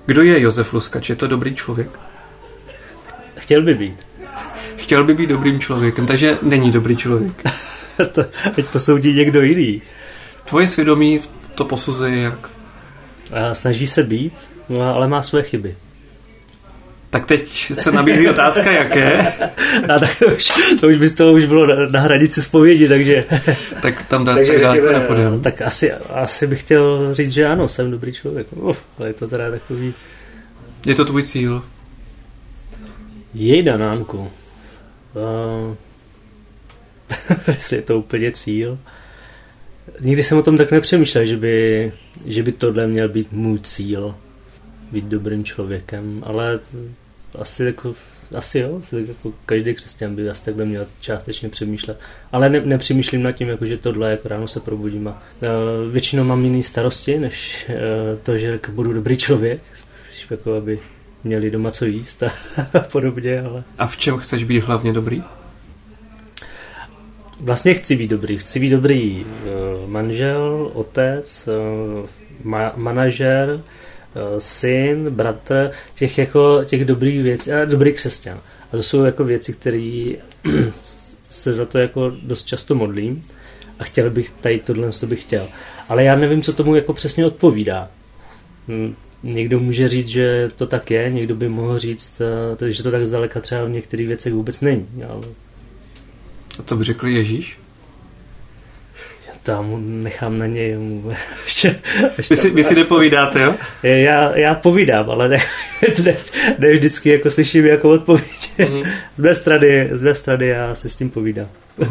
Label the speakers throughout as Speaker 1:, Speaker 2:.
Speaker 1: Kdo je Josef Luskač? Je to dobrý člověk?
Speaker 2: Chtěl by být.
Speaker 1: Chtěl by být dobrým člověkem, takže není dobrý člověk.
Speaker 2: Teď posoudí někdo jiný.
Speaker 1: Tvoje svědomí to posuzuje jak?
Speaker 2: Snaží se být, no, ale má své chyby.
Speaker 1: Tak teď se nabízí otázka, jaké?
Speaker 2: A tak to už bylo na hranici zpovědi, takže...
Speaker 1: Tak tam tak daleko nepůjdem.
Speaker 2: Tak asi bych chtěl říct, že ano, jsem dobrý člověk. Ale je to teda takový...
Speaker 1: Je to tvůj cíl?
Speaker 2: Jejda, Nánku. Jestli je to úplně cíl. Nikdy jsem o tom tak nepřemýšlel, že by tohle měl být můj cíl. Být dobrým člověkem, ale asi jo, jako každý křesťan by asi takhle měl částečně přemýšlet. Ale nepřemýšlím nad tím, jako, že tohle jako ráno se probudím a většinou mám jiný starosti, než to, že budu dobrý člověk, spíš jako aby měli doma co jíst a podobně. Ale... A
Speaker 1: v čem chceš být hlavně dobrý?
Speaker 2: Vlastně chci být dobrý manžel, otec, manažer, syn, bratr, těch dobrých věcí, a dobrý křesťan. A to jsou jako věci, které se za to jako dost často modlím a chtěl bych tohle bych chtěl. Ale já nevím, co tomu jako přesně odpovídá. Někdo může říct, že to tak je, někdo by mohl říct, že to tak zdaleka třeba v některých věcech vůbec není. Ale...
Speaker 1: A co by řekl Ježíš?
Speaker 2: Tam nechám na něj.
Speaker 1: Vy si nepovídáte, jo?
Speaker 2: Já povídám, ale ne vždycky jako slyším jako odpověď. Z mé strany já se s tím povídám.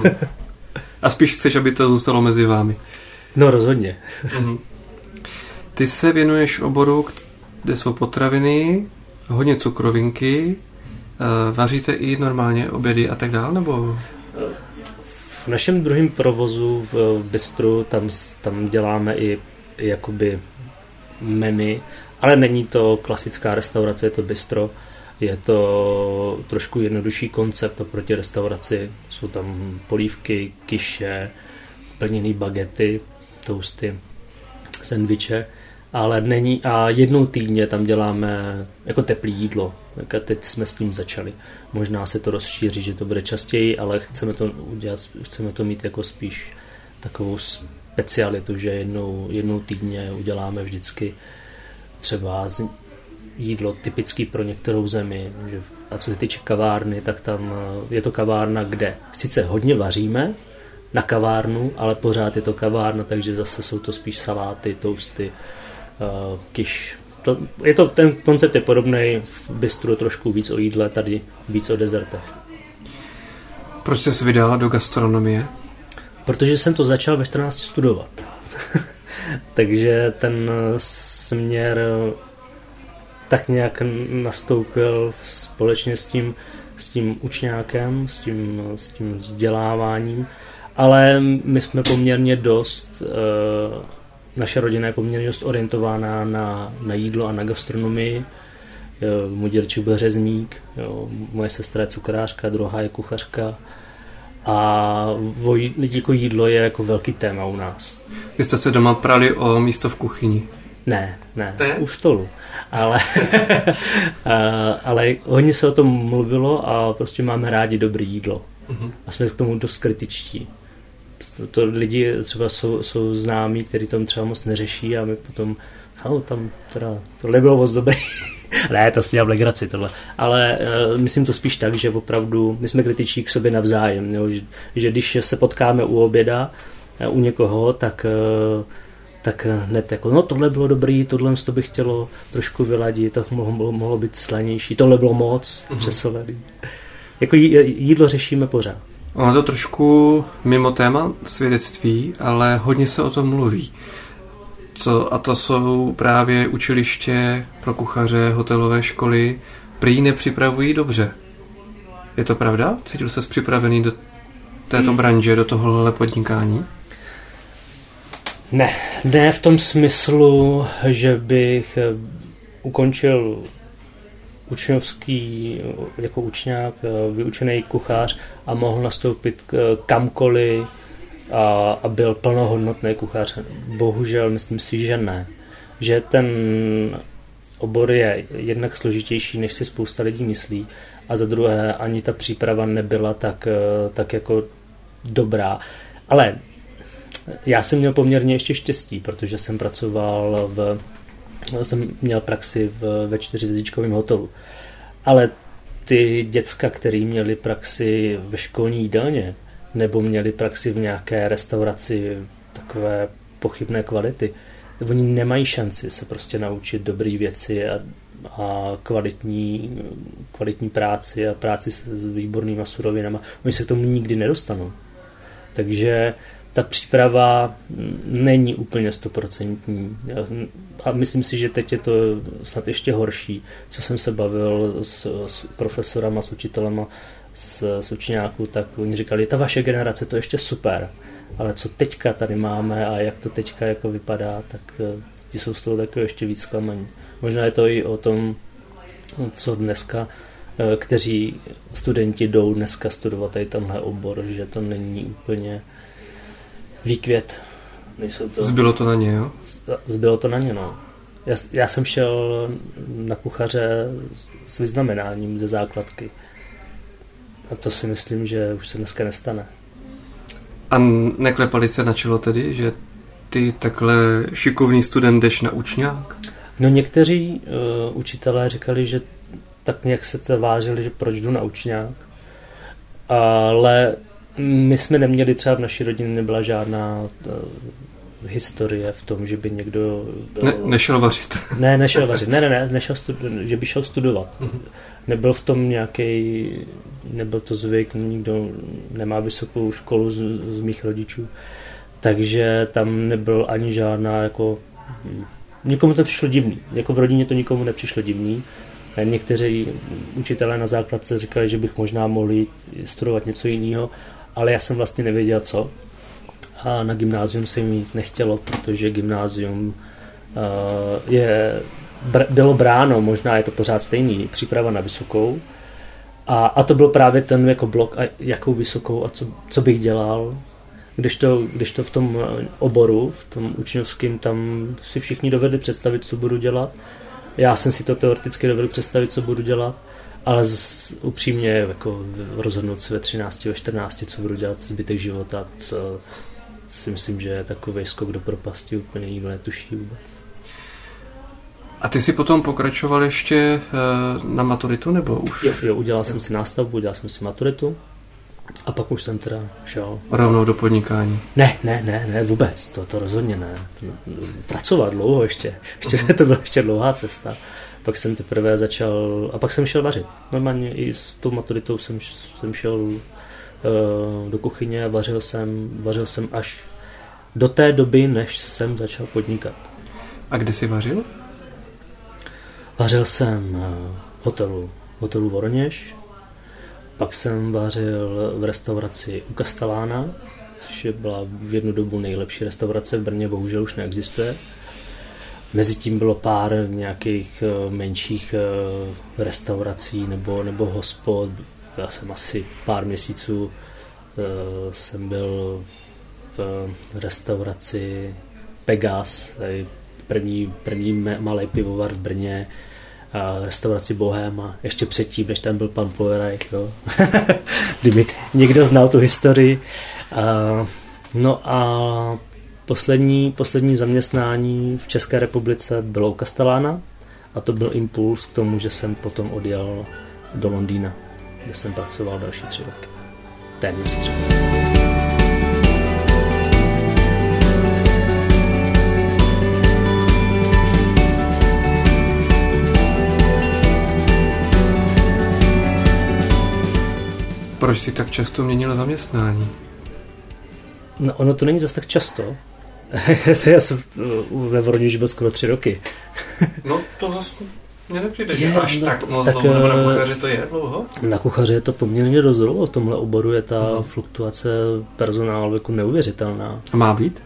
Speaker 1: A spíš chceš, aby to zůstalo mezi vámi?
Speaker 2: No rozhodně.
Speaker 1: Ty se věnuješ oboru, kde jsou potraviny, hodně cukrovinky, vaříte i normálně obědy a tak dále, nebo...
Speaker 2: V našem druhém provozu v bistru tam děláme i jakoby menu, ale není to klasická restaurace, je to bistro, je to trošku jednodušší koncept oproti restauraci, jsou tam polívky, kyše, plněné bagety, toasty, sendviče, ale není a jednou týdně tam děláme jako teplé jídlo, tak teď jsme s tím začali. Možná se to rozšíří, že to bude častěji, ale chceme to mít jako spíš takovou specialitu, že jednou týdně uděláme vždycky třeba jídlo typický pro některou zemi. A co se týče kavárny, tak tam je to kavárna, kde sice hodně vaříme na kavárnu, ale pořád je to kavárna, takže zase jsou to spíš saláty, toasty, kyš. Ten koncept je podobný, v bistru trošku víc o jídle, tady víc o dezertech.
Speaker 1: Proč jsi se vydala do gastronomie?
Speaker 2: Protože jsem to začal ve 14 studovat. Takže ten směr tak nějak nastoupil společně s tím učňákem, s tím vzděláváním, ale my jsme poměrně dost... Naše rodina je poměrně dost orientována na jídlo a na gastronomii. Můj dědeček byl řezník, moje sestra je cukrářka, druhá je kuchařka. A jako jídlo je jako velký téma u nás.
Speaker 1: Vy jste se doma prali o místo v kuchyni?
Speaker 2: Ne, u stolu. Ale hodně se o tom mluvilo a prostě máme rádi dobré jídlo. A jsme k tomu dost kritičtí. To lidi třeba jsou známí, kteří tam třeba moc neřeší a my potom, tam teda, tohle bylo moc dobré. Ne, to si dělám legraci tohle. Ale myslím to spíš tak, že opravdu my jsme kritičtí k sobě navzájem. Jo? Že když se potkáme u oběda, u někoho, tak hned jako, tohle bylo dobrý, tohle to by chtělo trošku vyladit, to mohlo být slanější, tohle bylo moc přesolený. Jako jídlo řešíme pořád.
Speaker 1: Ono to trošku mimo téma svědectví, ale hodně se o tom mluví. A to jsou právě učiliště pro kuchaře, hotelové školy, prý nepřipravují dobře. Je to pravda? Cítil ses připravený do této branže, do tohohle podnikání?
Speaker 2: Ne v tom smyslu, že bych ukončil učňovský jako učňák, vyučený kuchař a mohl nastoupit kamkoliv a byl plnohodnotný kuchař. Bohužel myslím si, že ne. Že obor je jednak složitější, než si spousta lidí myslí, a za druhé ani ta příprava nebyla tak jako dobrá. Ale já jsem měl poměrně ještě štěstí, protože jsem jsem měl praxi ve 4hvězdičkovém hotelu. Ale ty děcka, který měli praxi ve školní jídelně nebo měli praxi v nějaké restauraci takové pochybné kvality, oni nemají šanci se prostě naučit dobré věci a kvalitní práci a práci s výbornýma surovinama. Oni se k tomu nikdy nedostanou. Takže ta příprava není úplně 100%. A myslím si, že teď je to snad ještě horší. Co jsem se bavil s profesorama, s učitelema, s učňáků, tak oni říkali, ta vaše generace, to je ještě super. Ale co teďka tady máme a jak to teďka jako vypadá, tak ti jsou z toho takové ještě víc zklamaní. Možná je to i o tom, co dneska, kteří studenti jdou dneska studovat tady tenhle obor, že to není úplně výkvět.
Speaker 1: Zbylo to na ně, jo?
Speaker 2: Zbylo to na ně, no. Já jsem šel na kuchaře s vyznamenáním ze základky. A to si myslím, že už se dneska nestane.
Speaker 1: A neklepali se na čelo tedy, že ty takhle šikovný student jdeš na učňák?
Speaker 2: No někteří učitelé říkali, že tak nějak se to vážili, že proč jdu na učňák. Ale my jsme neměli, třeba v naší rodině nebyla žádná historie v tom, že by někdo byl...
Speaker 1: Nešel vařit.
Speaker 2: Nešel vařit. Že by šel studovat. Nebyl v tom nebyl to zvyk, nikdo nemá vysokou školu z mých rodičů, takže tam nebyl ani žádná, jako... Nikomu to přišlo divný. Jako v rodině to nikomu nepřišlo divný. Někteří učitelé na základce říkali, že bych možná mohl jít studovat něco jiného, ale já jsem vlastně nevěděl co. A na gymnázium se mi jít nechtělo, protože gymnázium bylo bráno, možná je to pořád stejný, příprava na vysokou. A to byl právě ten jako blok, a jakou vysokou a co bych dělal. Když to v tom oboru, v tom učňovském, tam si všichni dovedli představit, co budu dělat. Já jsem si to teoreticky dovedl představit, co budu dělat, ale upřímně jako rozhodnout se ve 13, ve 14, co budu dělat zbytek života, to si myslím, že je takový skok do propasti, úplně nikdo netuší vůbec.
Speaker 1: A ty jsi potom pokračoval ještě na maturitu, nebo už?
Speaker 2: Jo, udělal jsem si nástavbu, udělal jsem si maturitu a pak už jsem teda šel.
Speaker 1: Rovnou do podnikání?
Speaker 2: Ne, vůbec, to rozhodně ne. Pracovat dlouho ještě to byla ještě dlouhá cesta. Pak jsem teprve začal, a pak jsem šel vařit. Normálně i s tou maturitou jsem šel do kuchyně a vařil jsem až do té doby, než jsem začal podnikat.
Speaker 1: A kde jsi vařil?
Speaker 2: Vařil jsem v hotelu Voroněž, pak jsem vařil v restauraci u Kastelána, což byla v jednu dobu nejlepší restaurace v Brně, bohužel už neexistuje. Mezitím bylo pár nějakých menších restaurací nebo hospod. Já jsem asi pár měsíců jsem byl v restauraci Pegas, první malý pivovar v Brně, restauraci Bohéma, ještě předtím, než tam byl pan Powerreich, jo. Kdyby někdo znal tu historii. No a poslední zaměstnání v České republice bylo u Kastelána a to byl impuls k tomu, že jsem potom odjel do Londýna, kde jsem pracoval další 3 roky. Téměř 3 roky.
Speaker 1: Proč jsi tak často měnil zaměstnání?
Speaker 2: No, ono to není zase tak často. Já jsem ve Voroněži byl skoro 3 roky.
Speaker 1: No, to zase mně nepřijde, že až tak moc dlouho, nebo na kuchaři to je dlouho?
Speaker 2: Na kuchaři je to poměrně dost dlouho. V tomhle oboru je ta fluktuace personálu jako neuvěřitelná.
Speaker 1: A má být?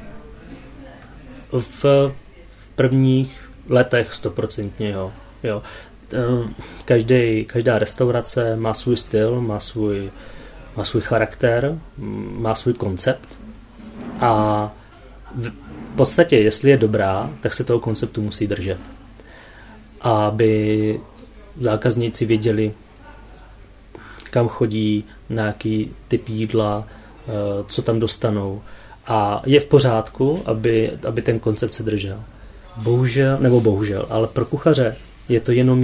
Speaker 2: V prvních letech 100%, jo. Každá restaurace má svůj styl, má svůj charakter, má svůj koncept a v podstatě, jestli je dobrá, tak se toho konceptu musí držet. aby zákazníci věděli, kam chodí, na jaký typ jídla, co tam dostanou. A je v pořádku, aby ten koncept se držel. Bohužel, ale pro kuchaře je to jenom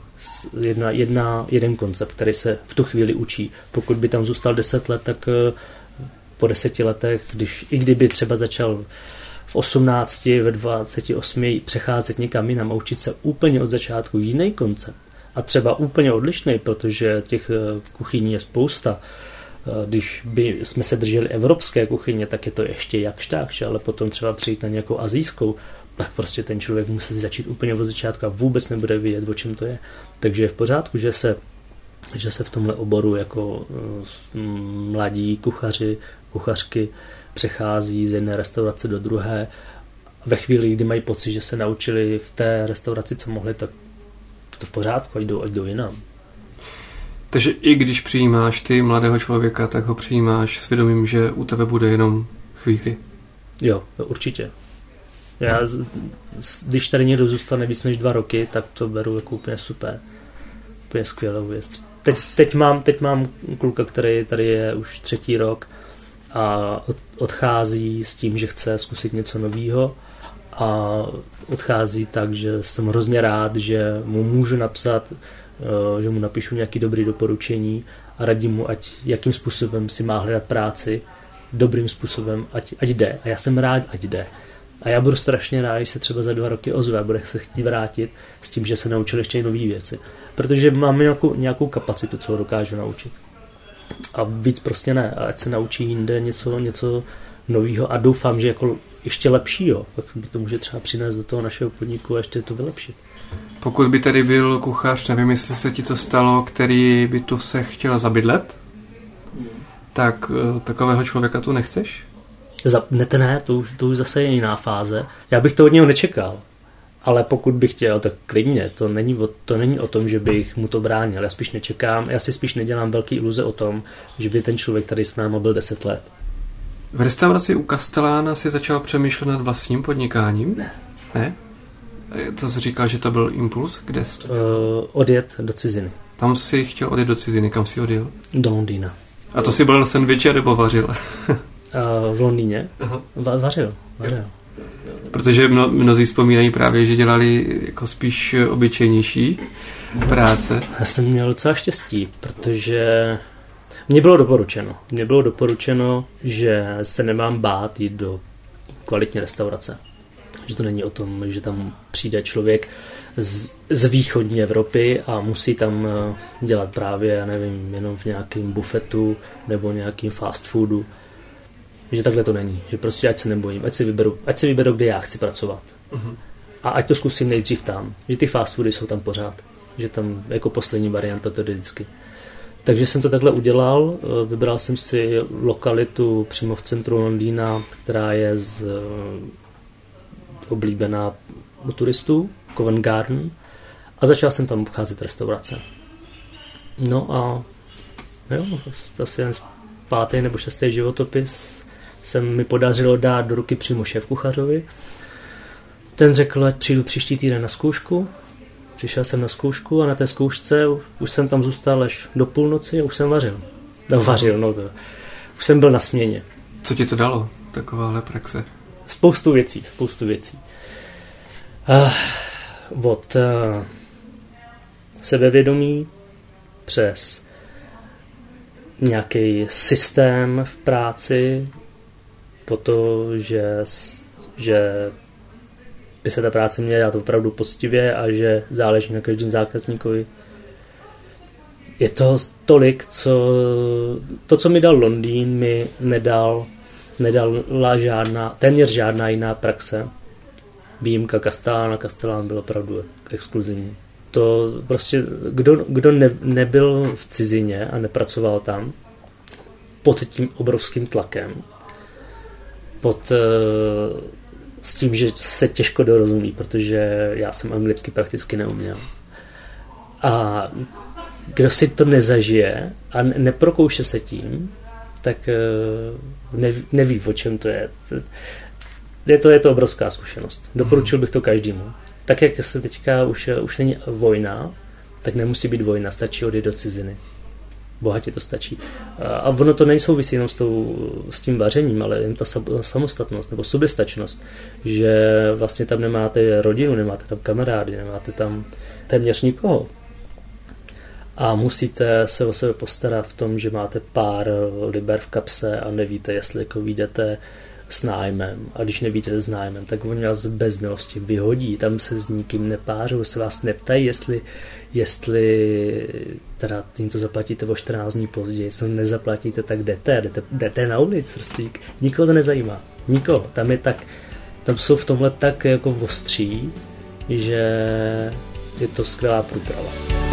Speaker 2: jeden koncept, který se v tu chvíli učí. Pokud by tam zůstal 10 let, tak po 10 letech, kdyby třeba začal v 18, ve 28 přecházet někam jinam a učit se úplně od začátku jiný koncept a třeba úplně odlišný, protože těch kuchyní je spousta. Když by jsme se drželi evropské kuchyně, tak je to ještě jakž takž, ale potom třeba přijít na nějakou asijskou, tak prostě ten člověk musí začít úplně od začátku a vůbec nebude vědět, o čem to je. Takže je v pořádku, že se v tomhle oboru jako mladí kuchaři, kuchařky přechází z jedné restaurace do druhé. Ve chvíli, kdy mají pocit, že se naučili v té restauraci, co mohli, tak to v pořádku, ať jdou jinam.
Speaker 1: Takže i když přijímáš ty mladého člověka, tak ho přijímáš s vědomím, že u tebe bude jenom chvíli.
Speaker 2: Jo, určitě. Já, když tady někdo zůstane víc než 2 roky, tak to beru jako úplně super. Úplně skvělou věc. Teď mám kluka, který tady je už 3. rok a odchází s tím, že chce zkusit něco nového a odchází tak, že jsem hrozně rád, že mu můžu napsat, že mu napíšu nějaké dobré doporučení a radím mu, jakým způsobem si má hledat práci, dobrým způsobem, ať jde. A já jsem rád, ať jde. A já budu strašně rád, když se třeba za 2 roky ozve a bude se chtít vrátit s tím, že se naučil ještě nové věci. Protože máme nějakou kapacitu, co ho dokážu naučit. A víc prostě ne. A ať se naučí jinde něco nového a doufám, že jako ještě lepšího. Tak to může třeba přinést do toho našeho podniku a ještě to vylepšit.
Speaker 1: Pokud by tady byl kuchař, nevím, jestli se ti to stalo, který by tu se chtěl zabydlet, tak takového člověka tu nechceš?
Speaker 2: Ne, to už zase je jiná fáze. Já bych to od něho nečekal. Ale pokud bych chtěl, tak klidně. To není o tom, že bych mu to bránil. Já si spíš nedělám velký iluze o tom, že by ten člověk tady s náma byl 10 let.
Speaker 1: V restauraci u Castellana si začal přemýšlet nad vlastním podnikáním? Ne? To jsi říkal, že to byl impuls? Kde jsi?
Speaker 2: Odjet do ciziny.
Speaker 1: Tam jsi chtěl odjet do ciziny. Kam jsi odjel?
Speaker 2: Do Londýna.
Speaker 1: A to jsi byl sendviče nebo vařil?
Speaker 2: V Londýně? Vařil.
Speaker 1: Protože mnozí vzpomínají právě, že dělali jako spíš obyčejnější práce.
Speaker 2: Já jsem měl docela štěstí, protože mně bylo doporučeno, že se nemám bát jít do kvalitní restaurace. Že to není o tom, že tam přijde člověk z východní Evropy a musí tam dělat právě, já nevím, jenom v nějakém bufetu nebo nějakým fast foodu. Že takhle to není. Že prostě ať se nebojím, ať si vyberu, kde já chci pracovat. Uh-huh. A ať to zkusím nejdřív tam. Že ty fast foody jsou tam pořád. Že tam jako poslední varianta to jde vždycky. Takže jsem to takhle udělal. Vybral jsem si lokalitu přímo v centru Londýna, která je oblíbená u turistů, Covent Garden. A začal jsem tam obcházet restaurace. No a jo, asi jen 5. nebo 6. životopis se mi podařilo dát do ruky přímo šéfkuchařovi. Ten řekl, ať přijdu příští týden na zkoušku. Přišel jsem na zkoušku a na té zkoušce už jsem tam zůstal až do půlnoci a už jsem vařil. Už jsem byl na směně.
Speaker 1: Co ti to dalo, takováhle praxe?
Speaker 2: Spoustu věcí. Od sebevědomí přes nějaký systém v práci, po to, že by se ta práce měla dělat opravdu poctivě a že záleží na každém zákazníkovi. Je to tolik, co mi dal Londýn, mi nedala téměř žádná jiná praxe. Výjimka Castellán byl opravdu exkluzivní. To prostě, kdo nebyl v cizině a nepracoval tam pod tím obrovským tlakem, s tím, že se těžko dorozumí, protože já jsem anglicky prakticky neuměl. A kdo si to nezažije a neprokouše se tím, tak neví, o čem to je. Je to obrovská zkušenost. Doporučil bych to každému. tak jak se teďka už není vojna, tak nemusí být vojna, stačí odjít do ciziny. Bohatě to stačí. A ono to nejsouvisí jenom s tím vařením, ale jen ta samostatnost nebo soběstačnost, že vlastně tam nemáte rodinu, nemáte tam kamarády, nemáte tam téměř nikoho. A musíte se o sebe postarat v tom, že máte pár liber v kapse a nevíte, jestli jako vyjdete s nájmem. A když nevíte s nájmem, tak oni vás bez milosti vyhodí. Tam se s nikým nepářou, se vás neptají, jestli teda jim to zaplatíte o 14 dní později. Jestli nezaplatíte, tak jdete na ulici. Prostě nikoho to nezajímá. Nikoho. Tam jsou v tomhle tak jako ostří, že je to skvělá průprava.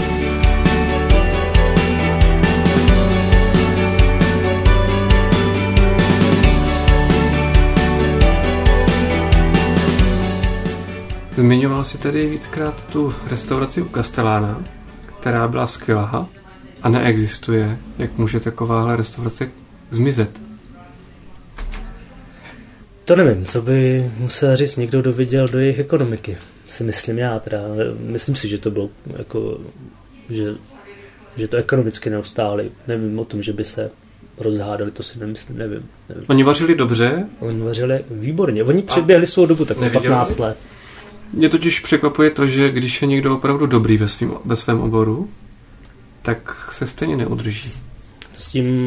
Speaker 1: Zmiňoval si tedy víckrát tu restauraci u Castellana, která byla skvělá a neexistuje. Jak může takováhle restaurace zmizet?
Speaker 2: To nevím, co by musel říct někdo, kdo viděl do jejich ekonomiky. Si myslím já teda. Myslím si, že to bylo jako, že to ekonomicky neustáli. Nevím o tom, že by se rozhádali, to si nemyslím, nevím.
Speaker 1: Oni vařili dobře?
Speaker 2: Oni vařili výborně. Oni předběhli svou dobu tak 15 let.
Speaker 1: Mě totiž překvapuje to, že když je někdo opravdu dobrý ve svém oboru, tak se stejně neudrží.
Speaker 2: To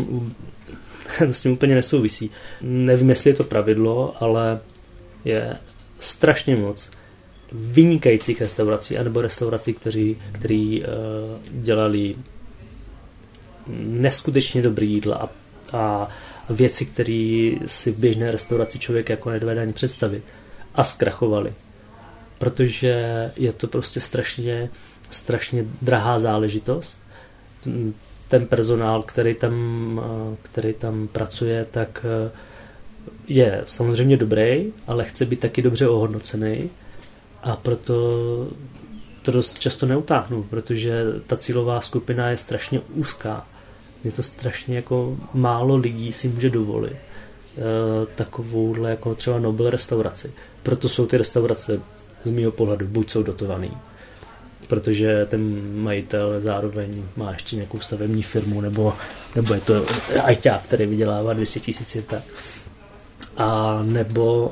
Speaker 2: s tím úplně nesouvisí. Nevím, jestli je to pravidlo, ale je strašně moc vynikajících restaurací, anebo restaurací, který dělali neskutečně dobrý jídla a věci, které si v běžné restauraci člověk jako nedovede ani představit. A zkrachovali. Protože je to prostě strašně drahá záležitost. Ten personál, který tam pracuje, tak je samozřejmě dobrý, ale chce být taky dobře ohodnocený a proto to dost často neutáhnu, protože ta cílová skupina je strašně úzká. Je to strašně jako málo lidí si může dovolit takovouhle jako třeba Nobel restauraci. Proto jsou ty restaurace z mýho pohledu buď jsou dotovaný, protože ten majitel zároveň má ještě nějakou stavební firmu, nebo je to ajťák, který vydělává 200 000 a nebo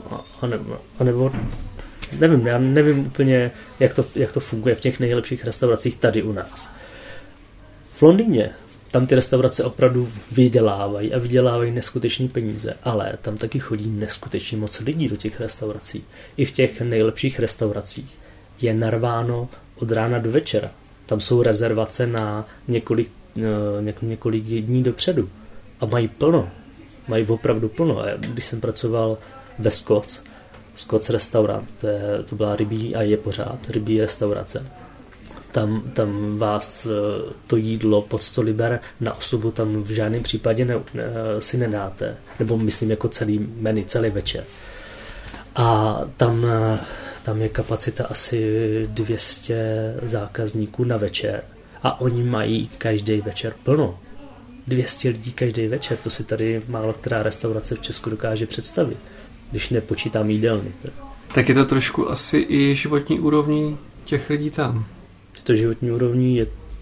Speaker 2: nevím, já nevím úplně, jak to funguje v těch nejlepších restauracích tady u nás. V Londýně tam ty restaurace opravdu vydělávají neskutečné peníze, ale tam taky chodí neskutečně moc lidí do těch restaurací. I v těch nejlepších restauracích je narváno od rána do večera. Tam jsou rezervace na několik dní dopředu. A mají plno. Mají opravdu plno. A když jsem pracoval ve Scott's restaurant, to byla rybí a je pořád rybí restaurace. Tam vás to jídlo pod 100 liber na osobu tam v žádném případě si nedáte. Nebo myslím jako celý menu, celý večer. A tam je kapacita asi 200 zákazníků na večer. A oni mají každý večer plno. 200 lidí každý večer. To si tady málo která restaurace v Česku dokáže představit. Když nepočítám jídelny.
Speaker 1: Tak je to trošku asi i životní úrovní těch lidí tam.
Speaker 2: To životní úrovní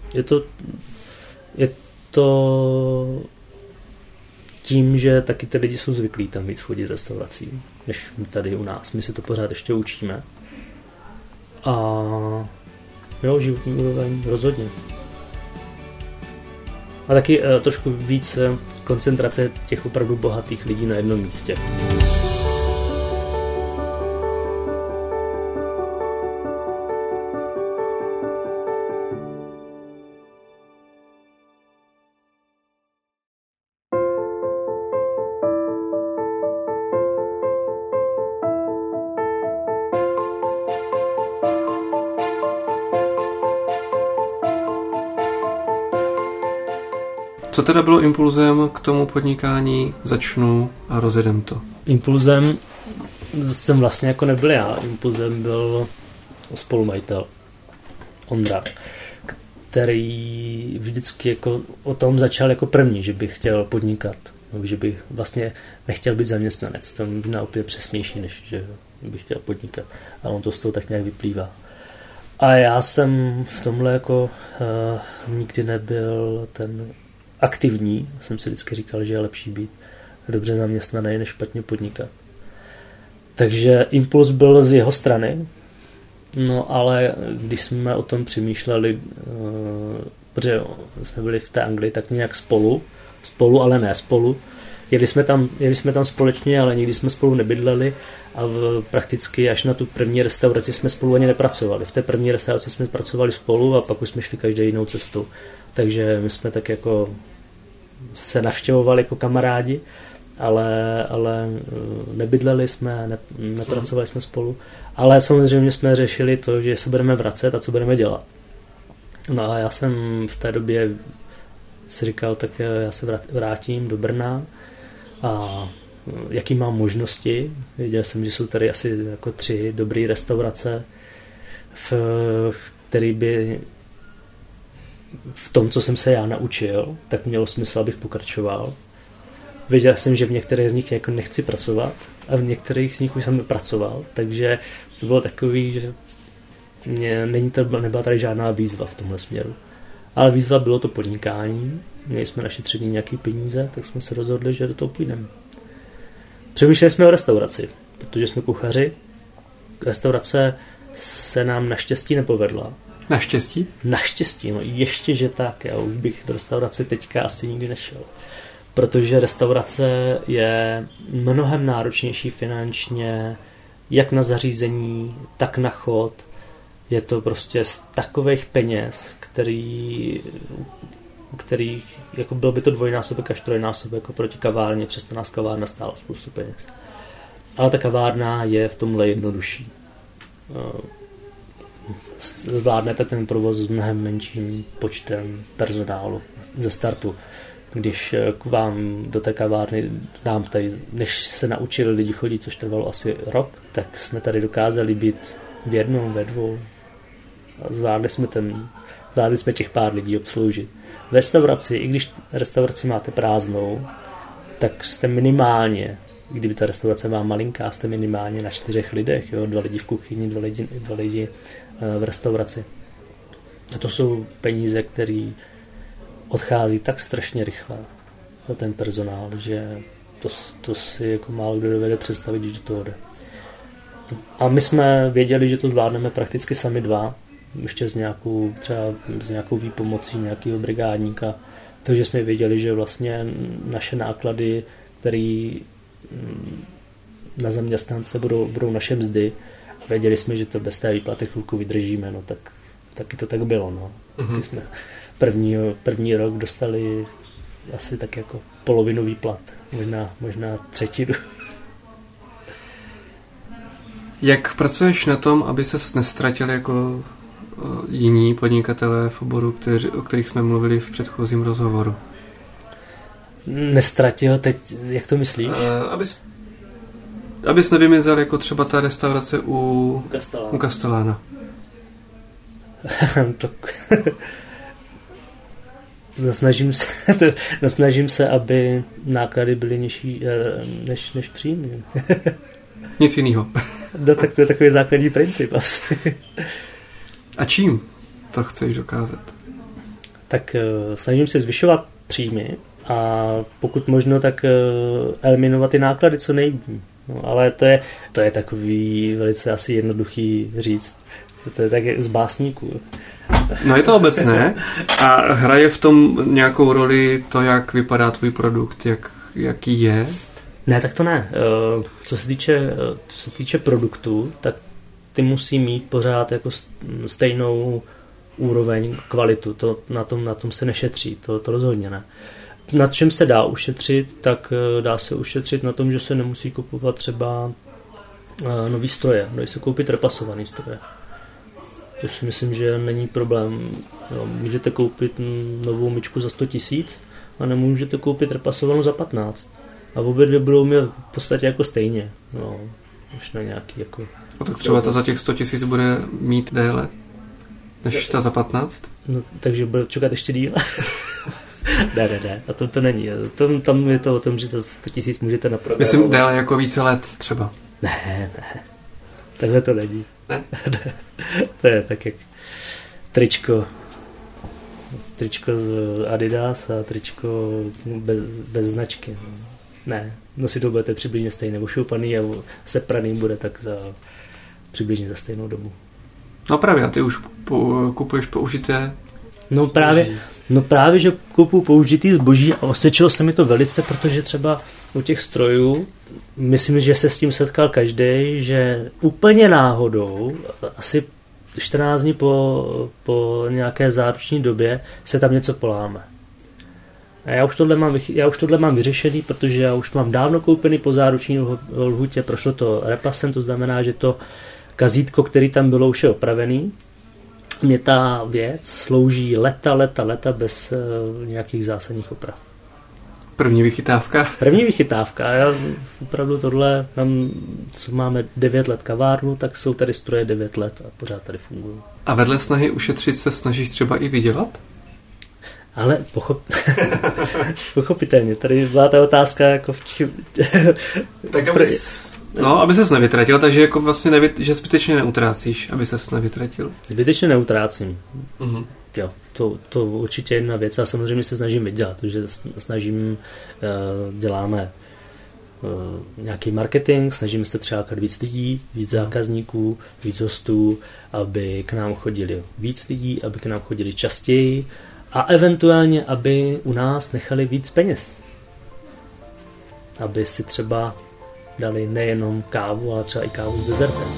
Speaker 2: je to tím, že taky ty lidi jsou zvyklí tam víc chodit restaurací, než tady u nás. My se to pořád ještě učíme. A jo, životní úroveň rozhodně. A taky trošku víc koncentrace těch opravdu bohatých lidí na jednom místě.
Speaker 1: Co teda bylo impulzem k tomu podnikání začnu a rozjedem to?
Speaker 2: Impulzem jsem vlastně jako nebyl já. Impulzem byl spolumajitel Ondra, který vždycky jako o tom začal jako první, že bych chtěl podnikat. Že bych vlastně nechtěl být zaměstnanec. To je možná opět přesnější, než že bych chtěl podnikat. Ale on to z toho tak nějak vyplývá. A já jsem v tomhle jako nikdy nebyl ten aktivní. Jsem si vždycky říkal, že je lepší být dobře zaměstnaný, než špatně podnikat. Takže impuls byl z jeho strany, no ale když jsme o tom přemýšleli, protože jsme byli v té Anglii tak nějak spolu, ale ne spolu. Jeli jsme tam společně, ale nikdy jsme spolu nebydleli a prakticky až na tu první restauraci jsme spolu ani nepracovali. V té první restauraci jsme pracovali spolu a pak už jsme šli každý jinou cestou. Takže my jsme tak jako se navštěvovali jako kamarádi, ale nebydleli jsme, nepracovali jsme spolu. Ale samozřejmě jsme řešili to, že se budeme vracet a co budeme dělat. No a já jsem v té době si říkal, tak já se vrátím do Brna a jaký mám možnosti. Věděl jsem, že jsou tady asi jako 3 dobré restaurace, který by v tom, co jsem se já naučil, tak mělo smysl, abych pokračoval. Věděl jsem, že v některých z nich jako nechci pracovat a v některých z nich už jsem pracoval, takže to bylo takový, že nebyla tady žádná výzva v tomhle směru. Ale výzva bylo to podnikání, měli jsme našetřený nějaký peníze, tak jsme se rozhodli, že do toho půjdeme. Přemýšleli jsme o restauraci, protože jsme kuchaři. Restaurace se nám naštěstí nepovedla.
Speaker 1: Naštěstí?
Speaker 2: Naštěstí, no ještě, že tak. Já už bych do restaurace teďka asi nikdy nešel. Protože restaurace je mnohem náročnější finančně, jak na zařízení, tak na chod. Je to prostě z takových peněz, který jako byl by to dvojnásobek až trojnásobek jako proti kavárně, přesto nás kavárna stála spoustu peněz. Ale ta kavárna je v tomhle jednodušší. Zvládnete ten provoz s mnohem menším počtem personálu ze startu. Když k vám do té kavárny nám tady, než se naučili lidi chodit, což trvalo asi rok, tak jsme tady dokázali být v jednom, ve dvou. A zvládli jsme těch pár lidí obsloužit. V restauraci, i když restauraci máte prázdnou, tak jste minimálně, kdyby ta restaurace byla malinká, jste minimálně na 4 lidech, jo? 2 lidi v kuchyni, 2 lidi v restauraci. A to jsou peníze, které odchází tak strašně rychle za ten personál, že to si jako málo kdo dovede představit, když do toho jde. A my jsme věděli, že to zvládneme prakticky sami 2, ještě s nějakou výpomocí nějakého brigádníka, takže jsme věděli, že vlastně naše náklady, které na zaměstnance budou naše mzdy, a věděli jsme, že to bez té výplaty chvilku vydržíme, no tak taky to tak bylo, no. Taky jsme první rok dostali asi tak jako polovinový plat, možná třetinu.
Speaker 1: Jak pracuješ na tom, aby ses nestratil jako jiní podnikatelé v oboru, o kterých jsme mluvili v předchozím rozhovoru?
Speaker 2: Nestratil teď, jak to myslíš?
Speaker 1: Abys nevymizel jako třeba ta restaurace u Castellana.
Speaker 2: Snažím se, aby náklady byly nižší než příjmy.
Speaker 1: Nic jiného.
Speaker 2: No tak to je takový základní princip asi.
Speaker 1: A čím to chceš dokázat?
Speaker 2: Tak snažím se zvyšovat příjmy a pokud možno, tak eliminovat ty náklady co nejméně. No, ale to je takový velice asi jednoduchý říct. To je tak z básníků.
Speaker 1: No je to obecné a hraje v tom nějakou roli to, jak vypadá tvůj produkt, jaký je?
Speaker 2: Ne, tak to ne. Co se týče produktu, tak ty musí mít pořád jako stejnou úroveň, kvalitu. Na tom se nešetří, to rozhodně ne. Na čem se dá ušetřit, tak dá se ušetřit na tom, že se nemusí kupovat třeba nový stroje. Dají se koupit repasovaný stroje. To si myslím, že není problém. Jo, můžete koupit novou myčku za 100 000 a nemůžete koupit repasovanou za 15. A obě dvě budou mít v podstatě jako stejně. No, už na nějaký jako...
Speaker 1: A tak třeba ta za těch 100 000 bude mít déle než ta za 15?
Speaker 2: No, takže bude čekat ještě díl. Ne. A to není. Tam je to o tom, že ta 100 000 můžete napravit.
Speaker 1: Myslím déle jako více let třeba.
Speaker 2: Ne. Takhle to není.
Speaker 1: Ne?
Speaker 2: To je tak jak tričko z Adidas a tričko bez značky. Ne, nosit to budete přibližně stejné. Ošoupaný a sepraný bude tak přibližně za stejnou dobu.
Speaker 1: No právě, a ty už kupuješ použité
Speaker 2: No právě, že kupuju použitý zboží a osvědčilo se mi to velice, protože třeba u těch strojů, myslím, že se s tím setkal každý, že úplně náhodou, asi 14 dní po nějaké záruční době se tam něco poláme. A já už tohle mám vyřešený, protože já už to mám dávno koupený po záruční lhůtě, prošlo to repasem, to znamená, že to kazítko, který tam bylo, už je opravený. Mě ta věc slouží leta bez nějakých zásadních oprav.
Speaker 1: První vychytávka. Já opravdu tohle, co máme 9 let kavárnu, tak jsou tady stroje 9 let a pořád tady fungují. A vedle snahy ušetřit se snažíš třeba i vydělat?
Speaker 2: Ale pochopitelně, tady byla ta otázka jako
Speaker 1: tak aby ses nevytratil, takže jako vlastně že zbytečně neutrácíš, aby ses nevytratil.
Speaker 2: Zbytečně neutrácím. Uh-huh. Jo, to určitě je jedna věc a samozřejmě se snažím vydělat, protože děláme nějaký marketing, snažíme se přilákat víc lidí, víc zákazníků, víc hostů, aby k nám chodili víc lidí, aby k nám chodili častěji a eventuálně, aby u nás nechali víc peněz. Aby si třeba dali nejenom kávu, ale třeba i kávu s dezertem.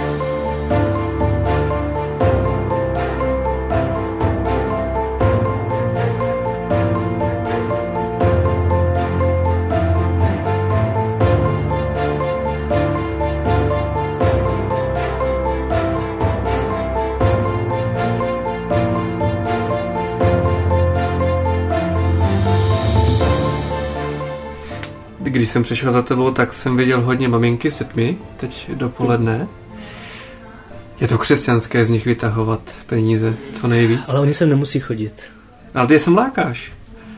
Speaker 1: Když jsem přišel za tebou, tak jsem viděl hodně maminky s dětmi, teď dopoledne. Je to křesťanské z nich vytahovat peníze, co nejvíc.
Speaker 2: Ale oni sem nemusí chodit.
Speaker 1: Ale ty je sem lákáš.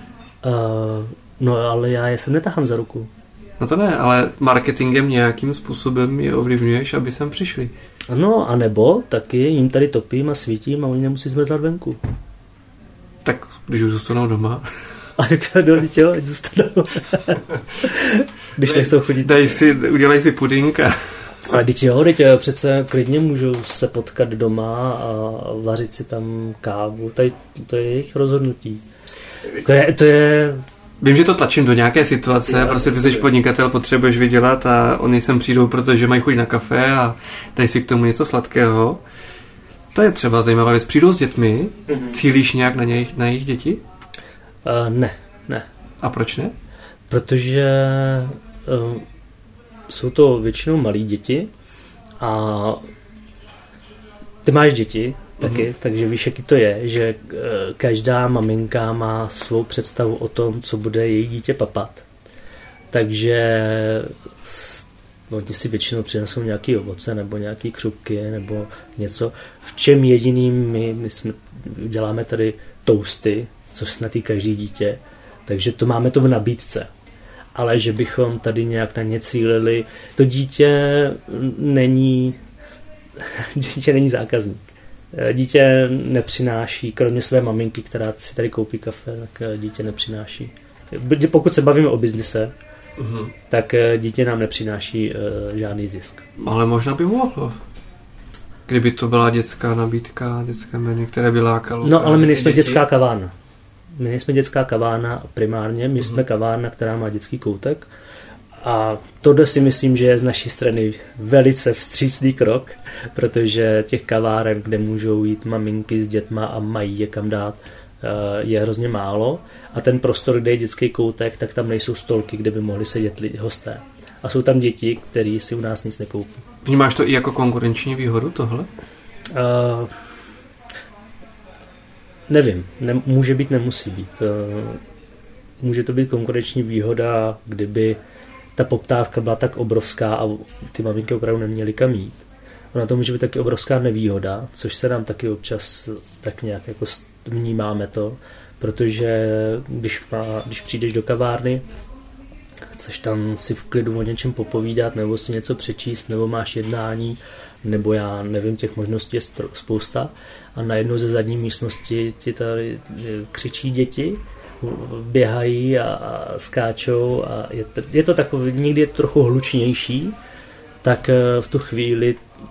Speaker 2: No ale já je sem netahám za ruku.
Speaker 1: No to ne, ale marketingem nějakým způsobem je ovlivňuješ, aby sem přišli.
Speaker 2: No a nebo taky jim tady topím a svítím a oni nemusí zmrzlat venku.
Speaker 1: Tak když už zůstanou doma...
Speaker 2: A dokážu, jo, ať zůstanou. Když nechcou chodit.
Speaker 1: Udělej si pudinka.
Speaker 2: Ale teď přece klidně můžou se potkat doma a vařit si tam kávu. To je jejich rozhodnutí. To je...
Speaker 1: Vím, že to tlačím do nějaké situace, prostě ty jsi podnikatel, potřebuješ vydělat a oni sem přijdou, protože mají chuť na kafe a dají si k tomu něco sladkého. To je třeba zajímavá věc. Přijdou s dětmi, cílíš nějak na jejich děti?
Speaker 2: Ne.
Speaker 1: A proč ne?
Speaker 2: Protože jsou to většinou malí děti a ty máš děti taky, takže víš, jaký to je, že každá maminka má svou představu o tom, co bude její dítě papat. Takže oni si většinou přinesou nějaké ovoce nebo nějaké křupky nebo něco. V čem jediným my děláme tady toasty, což snad i každý dítě, takže to máme to v nabídce. Ale že bychom tady nějak na ně cílili, to dítě není zákazník. Dítě nepřináší, kromě své maminky, která si tady koupí kafe, tak dítě nepřináší. Pokud se bavíme o biznise, tak dítě nám nepřináší žádný zisk.
Speaker 1: Ale možná by mohlo. Kdyby to byla dětská nabídka, dětské menu, které by lákalo.
Speaker 2: No, ale my nejsme dětská kavárna. My nejsme dětská kavárna primárně, my jsme kavárna, která má dětský koutek a to si myslím, že je z naší strany velice vstřícný krok, protože těch kaváren, kde můžou jít maminky s dětma a mají je kam dát, je hrozně málo a ten prostor, kde je dětský koutek, tak tam nejsou stolky, kde by mohli sedět hosté. A jsou tam děti, který si u nás nic nekoupí.
Speaker 1: Vnímáš to i jako konkurenční výhodu tohle?
Speaker 2: Nevím, může být, nemusí být. Může to být konkurenční výhoda, kdyby ta poptávka byla tak obrovská a ty maminky opravdu neměly kam jít. Ona to může být taky obrovská nevýhoda, což se nám taky občas tak nějak jako vnímáme to, protože když přijdeš do kavárny, chceš tam si v klidu o něčem popovídat nebo si něco přečíst nebo máš jednání nebo já nevím, těch možností je spousta a najednou ze zadní místnosti ti tady křičí děti, běhají a skáčou a je to takové, někdy je to trochu hlučnější, tak v tu chvíli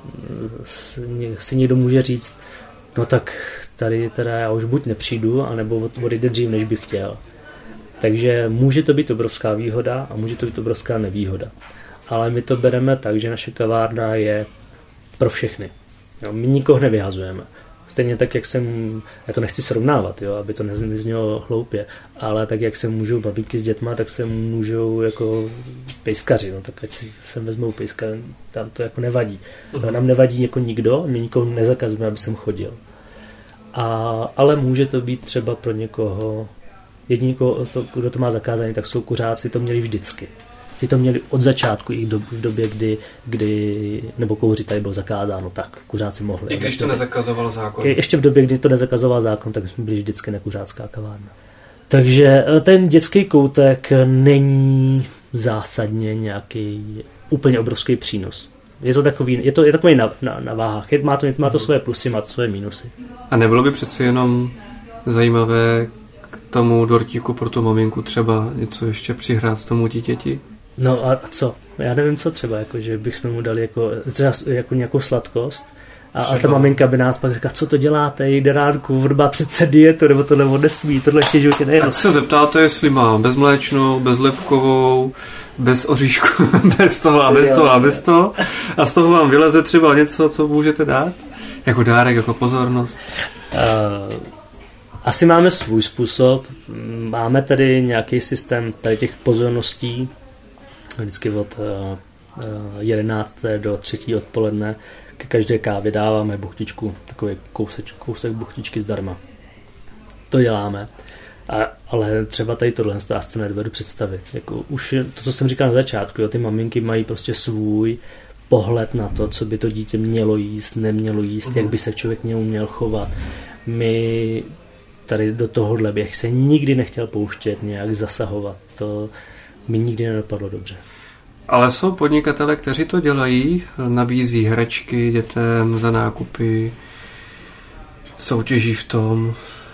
Speaker 2: si někdo může říct, no tak tady teda já už buď nepřijdu, anebo odejde dřív, než bych chtěl. Takže může to být obrovská výhoda a může to být obrovská nevýhoda. Ale my to bereme tak, že naše kavárna je pro všechny. Jo, my nikoho nevyhazujeme. Stejně tak, jak já to nechci srovnávat, jo, aby to neznělo hloupě, ale tak, jak se můžou babičky s dětma, tak se můžou jako pejskaři, no, tak ať si sem vezmou pejska, tam to jako nevadí. Nám nevadí jako nikdo, my nikoho nezakazujeme, aby sem chodil. Ale může to být třeba pro někoho, kdo to má zakázané, tak jsou kuřáci, to měli vždycky. Ti to měli od začátku i v době, kdy nebo kouřit tady bylo zakázáno, tak kuřáci mohli.
Speaker 1: I když to nezakazoval zákon.
Speaker 2: Ještě v době, kdy to nezakazoval zákon, tak jsme byli vždycky nekuřácká kavárna. Takže ten dětský koutek není zásadně nějaký úplně obrovský přínos. Je to takový na váhách. Má to svoje plusy, má to svoje mínusy.
Speaker 1: A nebylo by přeci jenom zajímavé k tomu dortíku pro tu maminku třeba něco ještě přihrát tomu dítěti?
Speaker 2: No a co? Já nevím, co třeba, jako, že bychom mu dali jako nějakou sladkost a ta maminka by nás pak řekla, co to děláte, jde ránku, on má přece dietu, nebo to nesmí, tohle ještě životě nejenom.
Speaker 1: Tak se zeptáte, jestli má bezmléčnou, bezlepkovou, bez oříšku, bez toho a bez toho a bez toho a z toho vám vyleze třeba něco, co můžete dát? Jako dárek, jako pozornost?
Speaker 2: Asi máme svůj způsob, máme tady nějaký systém tady těch pozorností, vždycky od 11. do 3. odpoledne ke každé kávě dáváme buchtičku, takový kousek buchtičky zdarma. To děláme, ale třeba tady tohle já si to nedovedu představit. Jako už to, co jsem říkal na začátku, jo, ty maminky mají prostě svůj pohled na to, co by to dítě mělo jíst, nemělo jíst, jak by se člověk měl chovat. My tady do tohohle bych se nikdy nechtěl pouštět, nějak zasahovat. To mi nikdy nedopadlo dobře.
Speaker 1: Ale jsou podnikatele, kteří to dělají, nabízí hračky dětem za nákupy, soutěží v tom.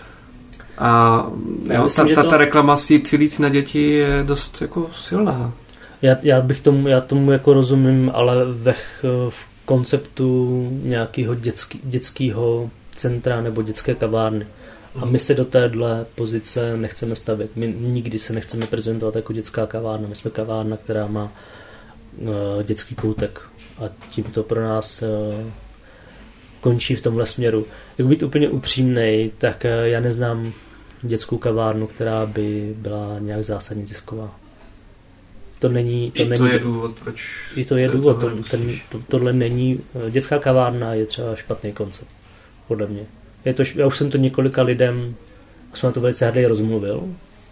Speaker 1: A jo, myslím, ta reklama cílící na děti je dost jako silná.
Speaker 2: Já tomu jako rozumím, ale v konceptu nějakého dětského centra nebo dětské kavárny. A my se do téhle pozice nechceme stavět. My nikdy se nechceme prezentovat jako dětská kavárna. My jsme kavárna, která má dětský koutek. A tím to pro nás končí v tomhle směru. Jak být úplně upřímnej, tak já neznám dětskou kavárnu, která by byla nějak zásadně zisková. To je
Speaker 1: důvod, proč...
Speaker 2: I to je důvod. Tohle není... Dětská kavárna je třeba špatný koncept, podle mě. Já už jsem to několika lidem, jsem na to velice hrdý rozmluvil,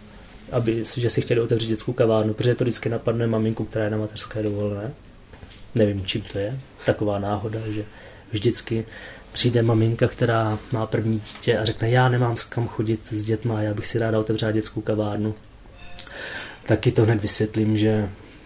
Speaker 2: že si chtěli otevřít dětskou kavárnu, protože to vždycky napadne maminku, která je na mateřské dovolené. Nevím, čím to je. Taková náhoda, že vždycky přijde maminka, která má první dítě a řekne, já nemám s kam chodit s dětma, já bych si ráda otevřela dětskou kavárnu. Taky to hned vysvětlím, že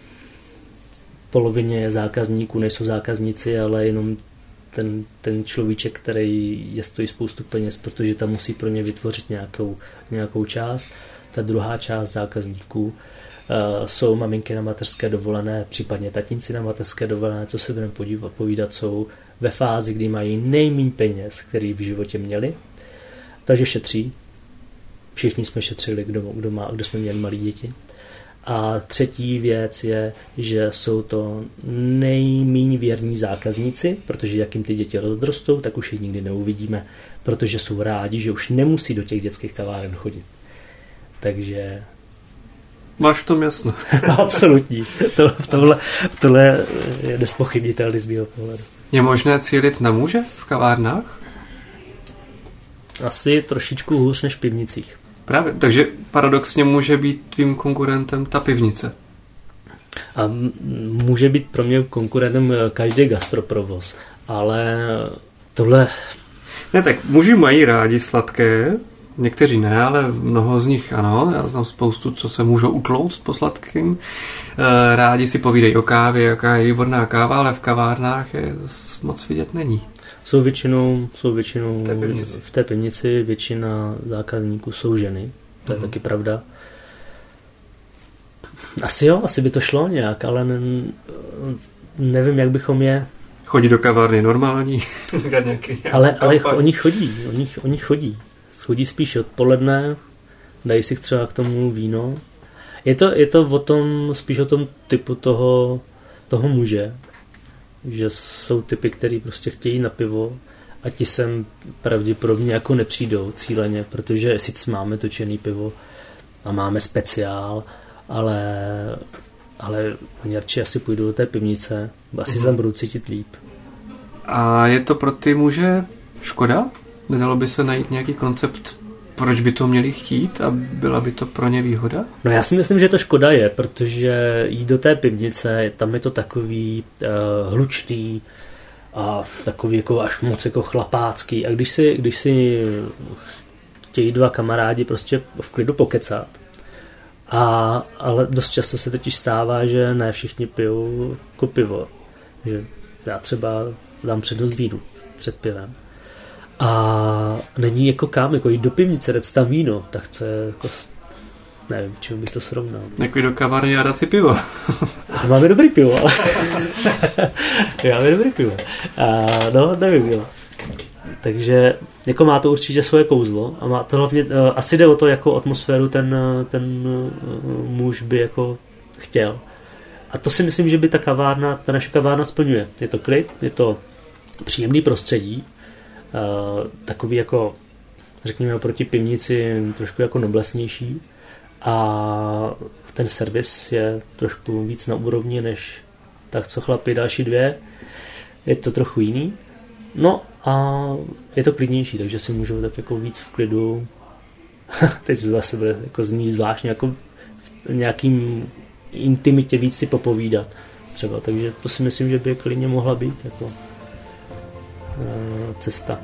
Speaker 2: polovině zákazníků nejsou zákazníci, ale jenom ten človíček, který je stojí spoustu peněz, protože tam musí pro ně vytvořit nějakou část. Ta druhá část zákazníků jsou maminky na mateřské dovolené, případně tatínci na mateřské dovolené, co se budeme povídat, jsou ve fázi, kdy mají nejméně peněz, který v životě měli, takže šetří. Všichni jsme šetřili, kdo jsme měli malé děti. A třetí věc je, že jsou to nejméně věrní zákazníci, protože jak jim ty děti odrostou, tak už je nikdy neuvidíme, protože jsou rádi, že už nemusí do těch dětských kaváren chodit. Takže...
Speaker 1: Máš v tom jasno.
Speaker 2: Absolutní. Tohle je nezpochybnitelný z mého pohledu.
Speaker 1: Je možné cílit na muže v kavárnách?
Speaker 2: Asi trošičku hůř než v pivnicích.
Speaker 1: Právě, takže paradoxně může být tvým konkurentem ta pivnice.
Speaker 2: A může být pro mě konkurentem každý gastroprovoz, ale tohle...
Speaker 1: Ne, tak muži mají rádi sladké, Někteří ne, ale mnoho z nich ano. Já znám spoustu, co se můžou utlouct po sladkým. Rádi si povídají o kávě, jaká je výborná káva, ale v kavárnách je moc vidět není.
Speaker 2: Jsou většinou v té pivnici většina zákazníků jsou ženy. To je taky pravda. Asi by to šlo nějak, ale nevím, jak bychom je...
Speaker 1: Chodí do kavárny normální?
Speaker 2: ale oni chodí. Chodí spíš odpoledne, dají si třeba k tomu víno. Je to spíš o tom typu toho muže, že jsou typy, který prostě chtějí na pivo a ti sem pravděpodobně jako nepřijdou cíleně, protože sice máme točený pivo a máme speciál, ale oni radši asi půjdou do té pivnice, asi tam budou cítit líp.
Speaker 1: A je to pro ty muže škoda? Nedalo by se najít nějaký koncept, proč by to měli chtít a byla by to pro ně výhoda?
Speaker 2: No já si myslím, že to škoda je, protože jít do té pivnice, tam je to takový hlučný a takový jako až moc jako chlapácký. A když si chtějí dva kamarádi prostě v klidu pokecat, ale dost často se totiž stává, že ne všichni pijou jako pivo. Že já třeba dám přednost vínu před pivem. A není jako kam, jako jít do pivnice, dát tam víno, tak to je jako, nevím, čím bych to srovnal.
Speaker 1: Jako jít do kavárny a dát si pivo.
Speaker 2: Máme dobrý pivo, ale... Máme dobrý pivo. No, nevím, jo. Takže jako má to určitě svoje kouzlo a má to hlavně, asi jde o to, jakou atmosféru ten muž by jako chtěl. A to si myslím, že by ta naše kavárna splňuje. Je to klid, je to příjemný prostředí, takový jako, řekněme, oproti pivnici trošku jako noblesnější a ten servis je trošku víc na úrovni než tak, co chlapi další dvě. Je to trochu jiný. No a je to klidnější, takže si můžou tak jako víc v klidu teď zase bude jako znít zvláštně jako v nějakým intimitě víc si popovídat třeba, takže to si myslím, že by klidně mohla být jako cesta.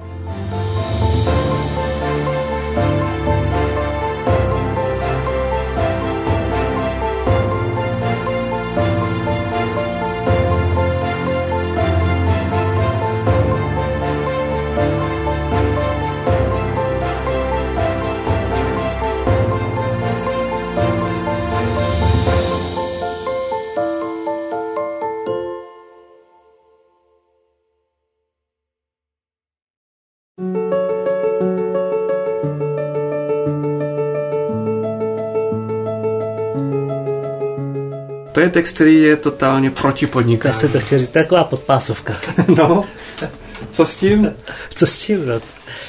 Speaker 1: To je text, který je totálně proti podnikání.
Speaker 2: Tak se to chtěl říct, taková podpásovka.
Speaker 1: No, co s tím?
Speaker 2: Co s tím, no?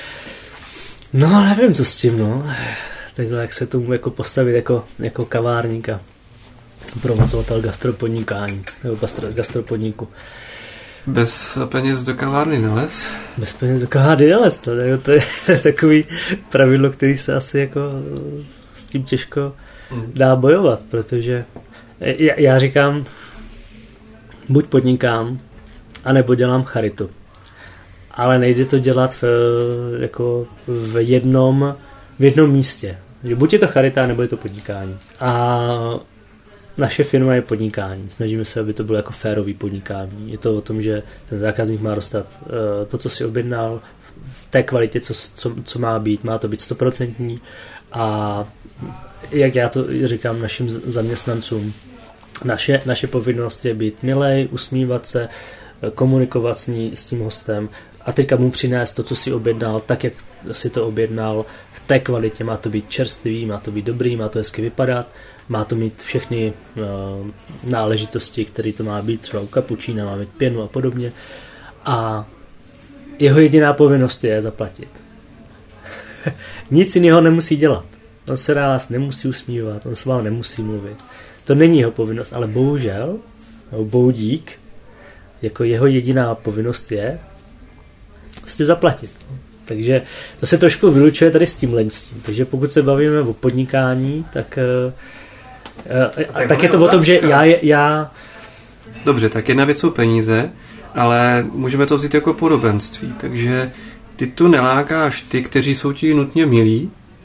Speaker 2: No, nevím, co s tím, no. Takhle, jak se tomu jako postavit jako kavárníka. Provozovatel gastropodnikání, nebo gastropodniku.
Speaker 1: Bez peněz do kavárny nalez?
Speaker 2: Bez peněz do kavárny nalez, to je takový pravidlo, který se asi jako s tím těžko dá bojovat, protože já říkám, buď podnikám, anebo dělám charitu. Ale nejde to dělat v jednom místě. Buď je to charita, nebo je to podnikání. A naše firma je podnikání. Snažíme se, aby to bylo jako férový podnikání. Je to o tom, že ten zákazník má dostat to, co si objednal, v té kvalitě, co má být. Má to být 100%. A jak já to říkám našim zaměstnancům, naše povinnost je být milej, usmívat se, komunikovat s tím hostem a teďka mu přinést to, co si objednal, tak, jak si to objednal, v té kvalitě. Má to být čerstvý, má to být dobrý, má to hezky vypadat, má to mít všechny náležitosti, které to má být, třeba u kapučína, má mít pěnu a podobně. A jeho jediná povinnost je zaplatit. Nic jiného nemusí dělat. On se na vás nemusí usmívat, on s vám nemusí mluvit. To není jeho povinnost, ale bohužel, boudík, jako jeho jediná povinnost je prostě zaplatit. Takže to se trošku vylučuje tady s tímhle. Takže pokud se bavíme o podnikání, tak je to o tom, že já...
Speaker 1: Dobře, tak jedna věc jsou peníze, ale můžeme to vzít jako podobenství. Takže ty tu nelákáš ty, kteří jsou ti nutně milí,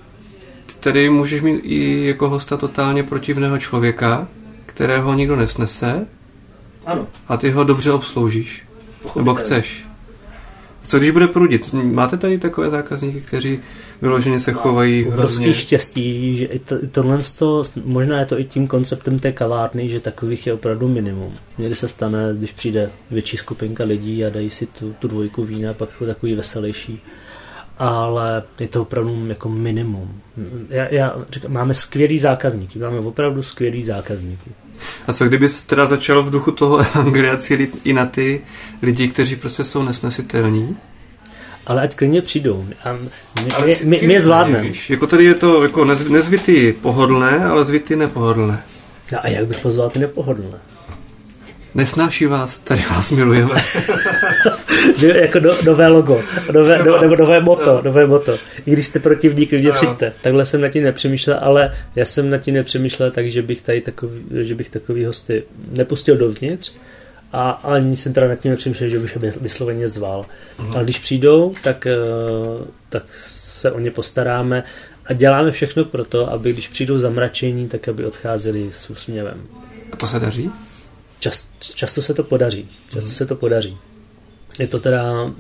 Speaker 1: tedy můžeš mít i jako hosta totálně protivného člověka, kterého nikdo nesnese.
Speaker 2: Ano.
Speaker 1: A ty ho dobře obsloužíš. Nebo chceš. Co když bude prudit? Máte tady takové zákazníky, kteří vyloženě se chovají hrozně?
Speaker 2: Obrovský štěstí, že i tohle, možná je to i tím konceptem té kavárny, že takových je opravdu minimum. Někdy se stane, když přijde větší skupinka lidí a dají si tu dvojku vína, pak je takový veselější. Ale je to opravdu jako minimum. Já říkám, máme skvělý zákazníky, máme opravdu skvělý zákazníky.
Speaker 1: A co kdyby teda začalo v duchu toho evangelia cílit i na ty lidi, kteří prostě jsou nesnesitelní?
Speaker 2: Ale ať klidně přijdou. My je zvládneme.
Speaker 1: Jako tady je to jako nezvytý pohodlné, ale zvytý nepohodlné.
Speaker 2: No a jak bych pozval ty nepohodlné?
Speaker 1: Nesnáší vás, tady vás milujeme.
Speaker 2: Jako nové logo, nové moto. I když jste protivník, klidně přijďte. Takhle jsem nad tím nepřemýšlel, ale já jsem nad tím nepřemýšlel tak, že bych takový hosty nepustil dovnitř a ani jsem teda nad tím nepřemýšlel, že bych je vysloveně zval. Ale když přijdou, tak se o ně postaráme a děláme všechno pro to, aby když přijdou zamračení, tak aby odcházeli s úsměvem.
Speaker 1: A to se daří?
Speaker 2: Často se to podaří. Je to teda...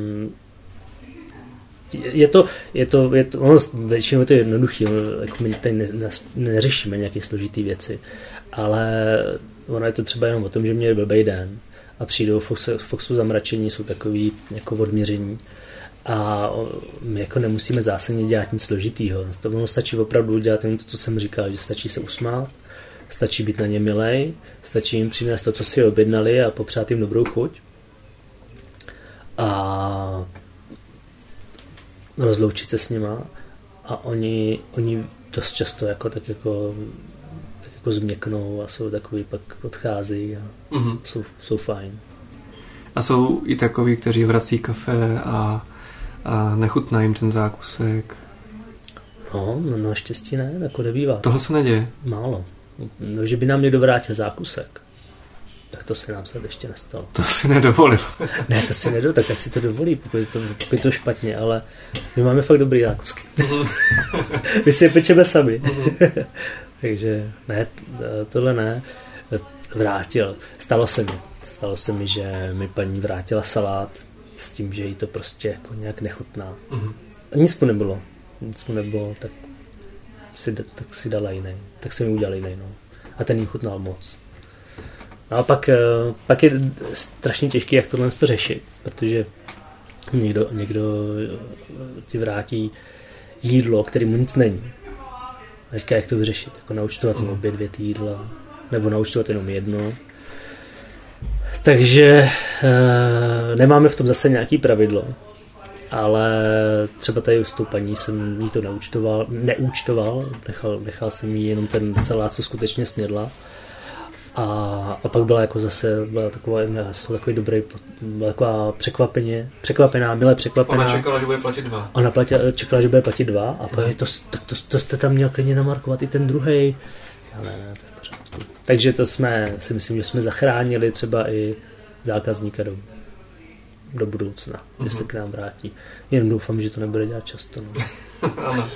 Speaker 2: Je to ono, většinou je to jednoduchý, jako my tady neřešíme nějaké složitý věci, ale ono je to třeba jenom o tom, že měli blbej den a přijdou Foxu zamračení, jsou takový jako odměření a my jako nemusíme zásadně dělat nic složitýho. Ono stačí opravdu dělat jenom to, co jsem říkal, že stačí se usmát, stačí být na ně milej, stačí jim přinést to, co si objednali a popřát jim dobrou chuť. A rozloučit se s nima a oni dost často tak jako změknou a jsou takový, pak odchází a jsou fajn.
Speaker 1: A jsou i takoví, kteří vrací kafe a nechutná jim ten zákusek?
Speaker 2: No, naštěstí ne, jako nebývá.
Speaker 1: Toho se neděje?
Speaker 2: Málo. No, že by nám někdo vrátil zákusek. Tak to se nám snad ještě nestalo.
Speaker 1: To si nedovolil.
Speaker 2: Ne, to si nedovolil, tak ať si to dovolí, pokud je to špatně, ale my máme fakt dobrý zákusky. My si je pečeme sami. Takže ne, tohle ne. Vrátil. Stalo se mi, že mi paní vrátila salát s tím, že jí to prostě jako nějak nechutná. A nic mu nebylo, tak si dala jiný. Tak jsem mi udělal jiný, no. A ten jí chutnal moc. No a pak je strašně těžké, jak tohle to řešit, protože někdo ti vrátí jídlo, kterému nic není. A říká, jak to vyřešit, jako naúčtovat mu obě 2 jídla, nebo naúčtovat jenom jedno. Takže nemáme v tom zase nějaký pravidlo, ale třeba tady s tou paní jsem jí to neúčtoval, nechal jsem jí jenom ten salát, co skutečně snědla. A pak byla jako zase takový dobrý, byla taková překvapená, milé překvapená.
Speaker 1: Ona čekala, že bude platit 2.
Speaker 2: Ona čekala, že bude platit 2 a pak to jste tam měl klidně namarkovat i ten druhej. Ne, to je v pořádku. Takže to si myslím, že jsme zachránili třeba i zákazníka do budoucna, že se k nám vrátí. Jen doufám, že to nebude dělat často. No.
Speaker 1: Ano.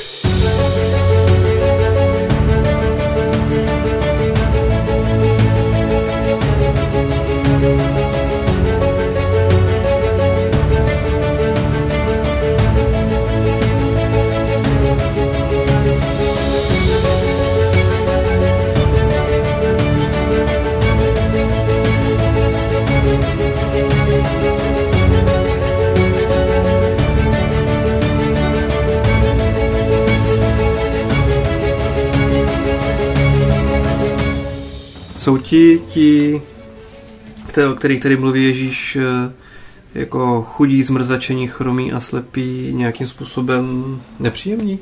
Speaker 1: Jsou ti, který mluví Ježíš, jako chudí, zmrzačení, chromí a slepí, nějakým způsobem nepříjemní?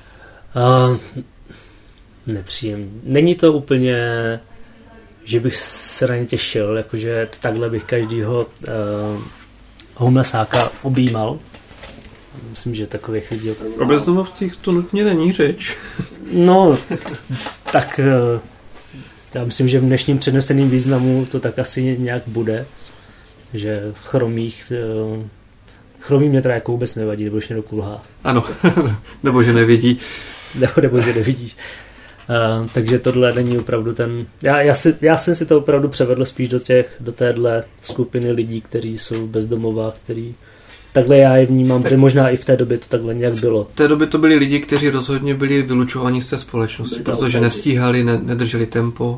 Speaker 2: Nepříjemný. Není to úplně, že bych se na ně těšil, jakože takhle bych každýho homelessáka objímal. Myslím, že takových lidí opravdu...
Speaker 1: O bezdomovcích to nutně není řeč.
Speaker 2: No, tak já myslím, že v dnešním předneseném významu to tak asi nějak bude, že chromí mě teda jako vůbec nevadí, nebo už někdo kulhá.
Speaker 1: Ano, nebo že nevědí,
Speaker 2: nebo že nevidíš. Takže tohle není opravdu ten... Já jsem si to opravdu převedl spíš do téhle skupiny lidí, kteří jsou bezdomová, který... Takhle já je vnímám, že možná i v té době to takhle nějak bylo.
Speaker 1: V té době to byli lidi, kteří rozhodně byli vylučováni z té společnosti, protože nestíhali, nedrželi tempo.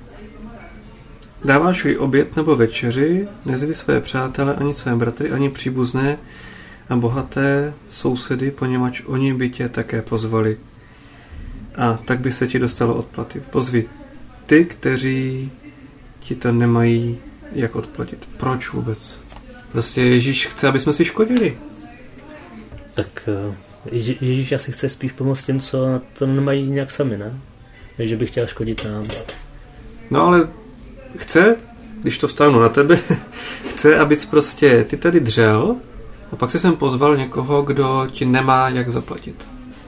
Speaker 1: Dáváš jí oběd nebo večeři, nezvi své přátele, ani své bratry, ani příbuzné a bohaté sousedy, poněvadž oni by tě také pozvali. A tak by se ti dostalo odplaty. Pozvi ty, kteří ti to nemají jak odplatit. Proč vůbec? Prostě Ježíš chce, aby jsme si škodili.
Speaker 2: Tak Ježíš asi chce spíš pomoct těm, co na to nemají nějak sami, ne? Že by chtěl škodit nám.
Speaker 1: No ale chce, když to vstáhnu na tebe, chce, abys prostě ty tady dřel a pak si sem pozval někoho, kdo ti nemá jak zaplatit.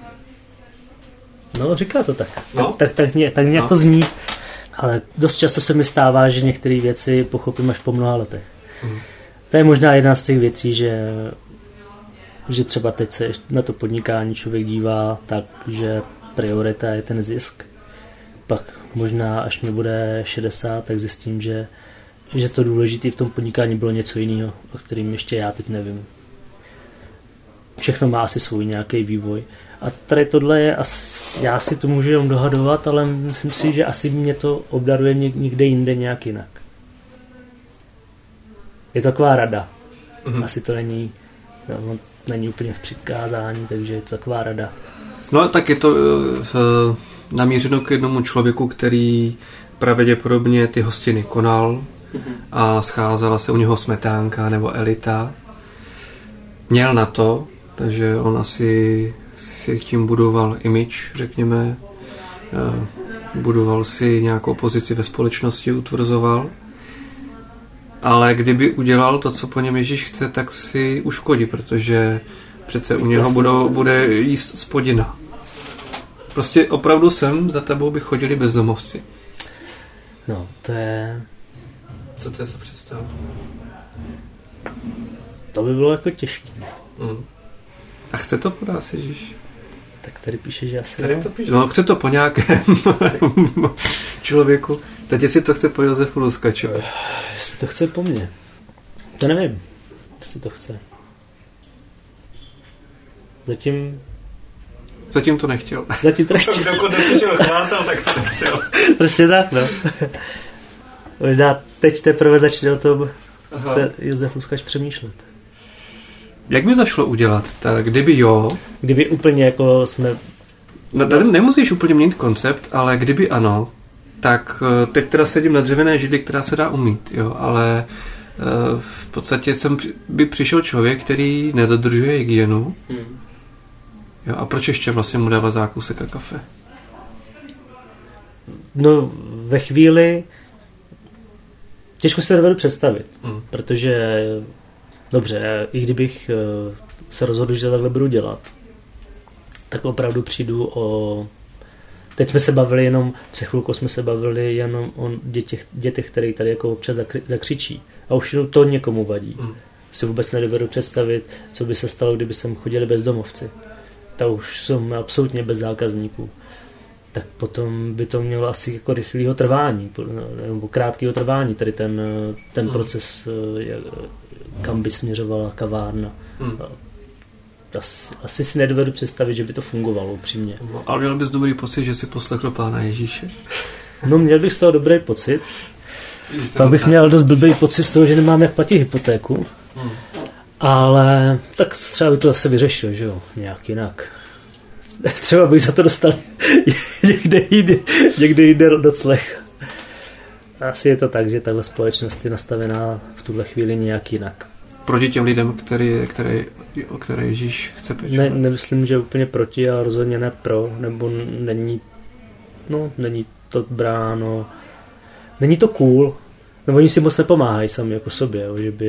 Speaker 2: No, říká to tak.
Speaker 1: No?
Speaker 2: Tak nějak to zní. Ale dost často se mi stává, že některé věci pochopím až po mnoha letech. To je možná jedna z těch věcí, že třeba teď se na to podnikání člověk dívá tak, že priorita je ten zisk. Pak možná, až mi bude 60, tak zjistím, že to důležité v tom podnikání bylo něco jiného, o kterým ještě já teď nevím. Všechno má asi svůj nějaký vývoj. A tady tohle je, já si to můžu jenom dohadovat, ale myslím si, že asi mě to obdaruje někde jinde nějak jinak. Je to taková rada. Asi to není úplně v přikázání, takže je to taková rada.
Speaker 1: No tak je to namířeno k jednomu člověku, který pravděpodobně ty hostiny konal a scházela se u něho smetánka nebo elita. Měl na to, takže on asi si tím budoval image, řekněme. Budoval si nějakou pozici ve společnosti, utvrzoval. Ale kdyby udělal to, co po něm Ježíš chce, tak si uškodí, protože přece u něho bude jíst spodina. Prostě opravdu sem za tebou by chodili bezdomovci.
Speaker 2: No, to je...
Speaker 1: Co to je za představu?
Speaker 2: To by bylo jako těžké.
Speaker 1: A chce to po nás Ježíš?
Speaker 2: Tak tady píše, že asi...
Speaker 1: Tady to píše. No, chce to po nějakém člověku. Teď jestli to chce po Josefu Luskačovi.
Speaker 2: Jestli to chce po mně. To nevím, jestli to chce. Zatím to nechtěl.
Speaker 1: Dokud nepřišel chvátal, tak to nechtěl.
Speaker 2: Prostě tak, no. Možná teď teprve začne o tom Josef Luskač přemýšlet.
Speaker 1: Jak by to šlo udělat? Tak kdyby úplně jako jsme... No, nemusíš úplně měnit koncept, ale kdyby ano, tak teď teda sedím na dřevěné židli, která se dá umýt, jo, ale v podstatě by přišel člověk, který nedodržuje hygienu. Jo, a proč ještě vlastně mu dává zákusek a kafe?
Speaker 2: No, ve chvíli těžko se to dovedu představit, protože dobře, i kdybych se rozhodl, že takhle budu dělat, tak opravdu přijdu o... Teď jsme se bavili jenom, před chvilkou jsme se bavili jenom o dětech, které tady jako občas zakřičí. A už to někomu vadí. Si vůbec nedovedu představit, co by se stalo, kdyby sem chodili bezdomovci. Tak už jsou absolutně bez zákazníků. Tak potom by to mělo asi jako rychlého trvání, nebo krátkého trvání, tady ten proces, kam by směřovala kavárna. Asi si nedovedu představit, že by to fungovalo upřímně.
Speaker 1: No, ale měl bys dobrý pocit, že si poslechl Pána Ježíše?
Speaker 2: No, měl bych z toho dobrý pocit. Pak bych měl dost blbý pocit z toho, že nemám jak platit hypotéku. Ale tak třeba by to zase vyřešil, že jo, nějak jinak. Třeba bych za to dostal někde jinde doclech. Asi je to tak, že tahle společnost je nastavená v tuhle chvíli nějak jinak.
Speaker 1: Proti těm lidem, o které Ježíš chce pečovat?
Speaker 2: Nemyslím, že úplně proti, ale rozhodně ne pro, nebo není to bráno, není to cool, nebo oni si moc nepomáhají sami jako sobě,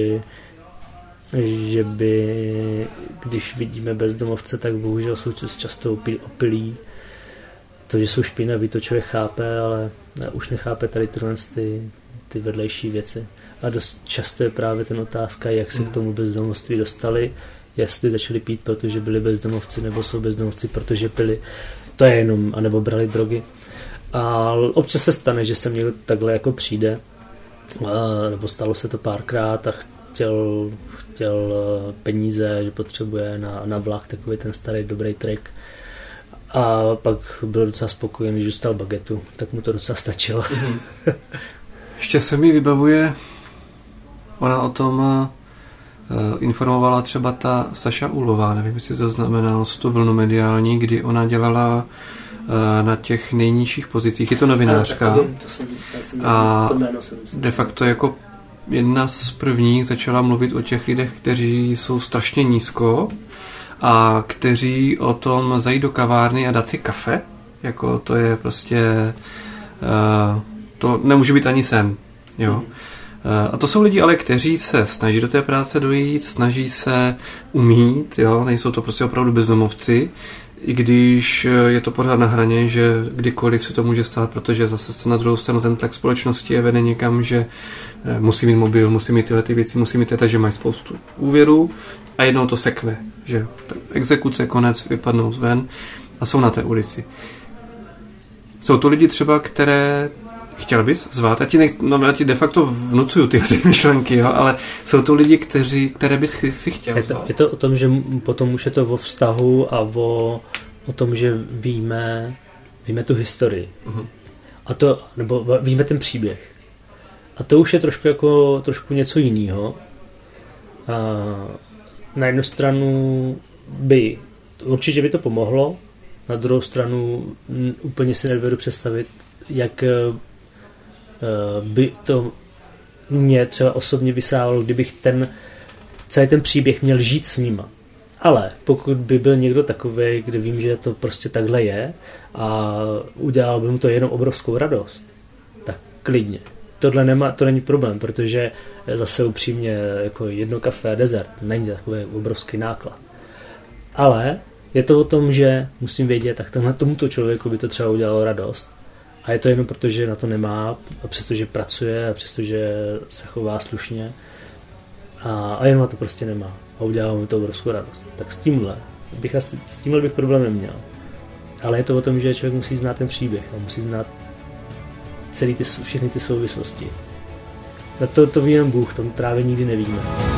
Speaker 2: že by, když vidíme bezdomovce, tak bohužel jsou často opilí. To, že jsou špinaví, to člověk chápe, ale už nechápe tady tyhle ty vedlejší věci. A dost často je právě ten otázka, jak se k tomu bezdomovství dostali, jestli začali pít, protože byli bezdomovci, nebo jsou bezdomovci, protože pili. to je jenom, anebo brali drogy. A občas se stane, že sem někdo takhle jako přijde, nebo stalo se to párkrát a chtěl peníze, že potřebuje na vlak, takový ten starý dobrý trik. A pak byl docela spokojený, když dostal bagetu, tak mu to docela stačilo.
Speaker 1: Ještě se mi vybavuje, ona o tom informovala třeba ta Saša Ulová, nevím, jestli zaznamenal tu vlnu mediální, kdy ona dělala na těch nejnižších pozicích, je to novinářka a de facto jako jedna z prvních začala mluvit o těch lidech, kteří jsou strašně nízko a kteří o tom zajít do kavárny a dát si kafe, jako to je prostě to nemůže být ani sen, jo. A to jsou lidi ale, kteří se snaží do té práce dojít, snaží se umít, jo, nejsou to prostě opravdu bezdomovci, i když je to pořád na hraně, že kdykoliv se to může stát, protože zase na druhou stranu ten tlak společnosti je vede někam, že musí mít mobil, musí mít tyhle ty věci, musí mít takže mají spoustu úvěrů a jednou to sekne, že exekuce, konec, vypadnou ven a jsou na té ulici. Jsou to lidi třeba, které chtěl bys zvát? Já ti de facto vnucuju ty myšlenky, jo? Ale jsou to lidi, které bys si chtěl zvát.
Speaker 2: Je to o tom, že potom už je to o vztahu a o tom, že víme tu historii. Uh-huh. A to, nebo víme ten příběh. A to už je trošku něco jiného. Na jednu stranu určitě by to pomohlo, na druhou stranu úplně si nedovedu představit, jak by to mě třeba osobně vysávalo, kdybych celý ten příběh měl žít s nima. Ale pokud by byl někdo takovej, kde vím, že to prostě takhle je a udělal by mu to jenom obrovskou radost, tak klidně. To není problém, protože zase upřímně jako jedno kafe a dezert není takový obrovský náklad. Ale je to o tom, že musím vědět, tak na tomuto člověku by to třeba udělalo radost. A je to jenom proto, že na to nemá, a přestože pracuje, a přestože se chová slušně. A jenom na to prostě nemá. A udělá mu to obrovskou radost. Tak s tímhle bych problém neměl. Ale je to o tom, že člověk musí znát ten příběh a musí znát všechny ty souvislosti. A to ví jen Bůh, to právě nikdy nevíme.